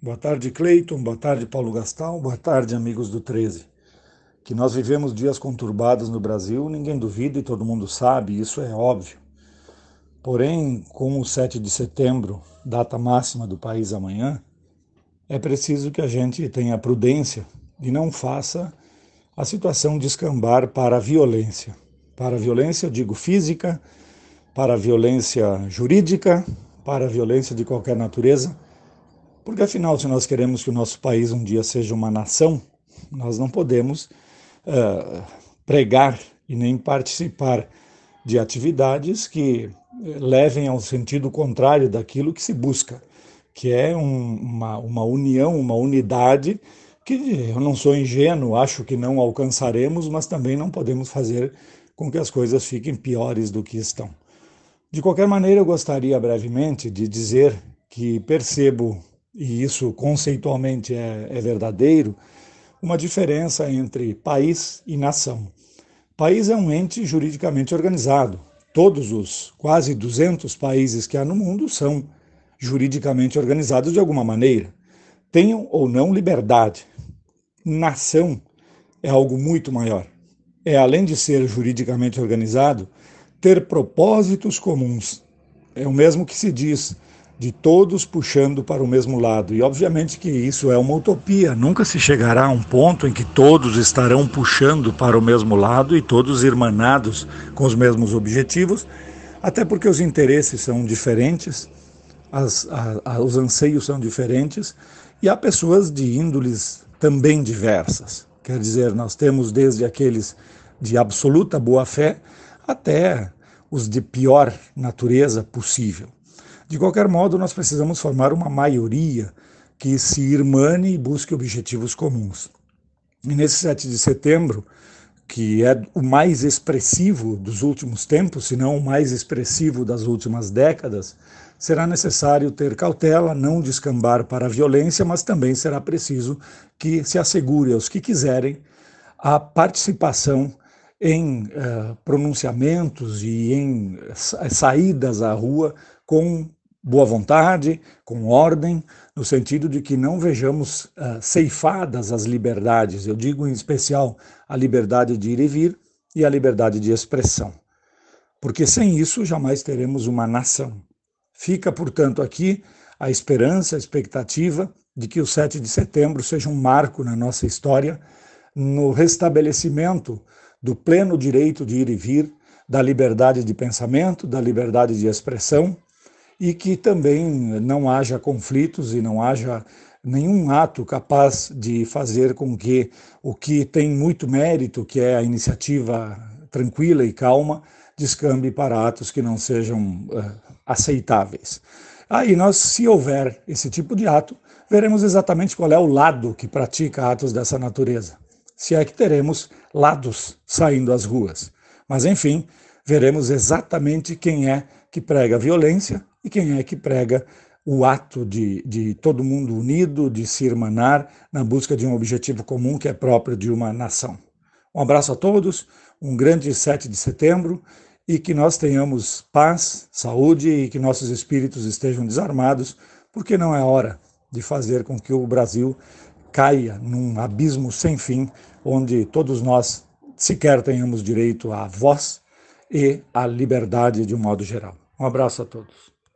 Boa tarde, Cleiton. Boa tarde, Paulo Gastal. Boa tarde, amigos do 13. Que nós vivemos dias conturbados no Brasil, ninguém duvida e todo mundo sabe, isso é óbvio. Porém, com o 7 de setembro, data máxima do país amanhã, é preciso que a gente tenha prudência e não faça a situação descambar para a violência. Para a violência, eu digo física, para a violência jurídica, para a violência de qualquer natureza, porque afinal, se nós queremos que o nosso país um dia seja uma nação, nós não podemos pregar e nem participar de atividades que levem ao sentido contrário daquilo que se busca, que é uma união, uma unidade que eu não sou ingênuo, acho que não alcançaremos, mas também não podemos fazer com que as coisas fiquem piores do que estão. De qualquer maneira, eu gostaria brevemente de dizer que percebo, e isso conceitualmente é verdadeiro, uma diferença entre país e nação. País é um ente juridicamente organizado. Todos os quase 200 países que há no mundo são juridicamente organizados de alguma maneira. Tenham ou não liberdade. Nação é algo muito maior. É, além de ser juridicamente organizado, ter propósitos comuns. É o mesmo que se diz de todos puxando para o mesmo lado. E obviamente que isso é uma utopia, nunca se chegará a um ponto em que todos estarão puxando para o mesmo lado e todos irmanados com os mesmos objetivos, até porque os interesses são diferentes, os anseios são diferentes e há pessoas de índoles também diversas. Quer dizer, nós temos desde aqueles de absoluta boa-fé até os de pior natureza possível. De qualquer modo, nós precisamos formar uma maioria que se irmane e busque objetivos comuns. E nesse 7 de setembro, que é o mais expressivo dos últimos tempos, se não o mais expressivo das últimas décadas, será necessário ter cautela, não descambar para a violência, mas também será preciso que se assegure aos que quiserem a participação em pronunciamentos e em saídas à rua com boa vontade, com ordem, no sentido de que não vejamos ceifadas as liberdades, eu digo em especial a liberdade de ir e vir e a liberdade de expressão. Porque sem isso jamais teremos uma nação. Fica, portanto, aqui a esperança, a expectativa de que o 7 de setembro seja um marco na nossa história, no restabelecimento do pleno direito de ir e vir, da liberdade de pensamento, da liberdade de expressão, e que também não haja conflitos e não haja nenhum ato capaz de fazer com que o que tem muito mérito, que é a iniciativa tranquila e calma, descambe para atos que não sejam aceitáveis. Aí nós, se houver esse tipo de ato, veremos exatamente qual é o lado que pratica atos dessa natureza. Se é que teremos lados saindo às ruas. Mas, enfim, veremos exatamente quem é que prega violência e quem é que prega o ato de todo mundo unido, de se irmanar na busca de um objetivo comum que é próprio de uma nação. Um abraço a todos, um grande 7 de setembro e que nós tenhamos paz, saúde e que nossos espíritos estejam desarmados, porque não é hora de fazer com que o Brasil caia num abismo sem fim, onde todos nós sequer tenhamos direito à voz e à liberdade de um modo geral. Um abraço a todos.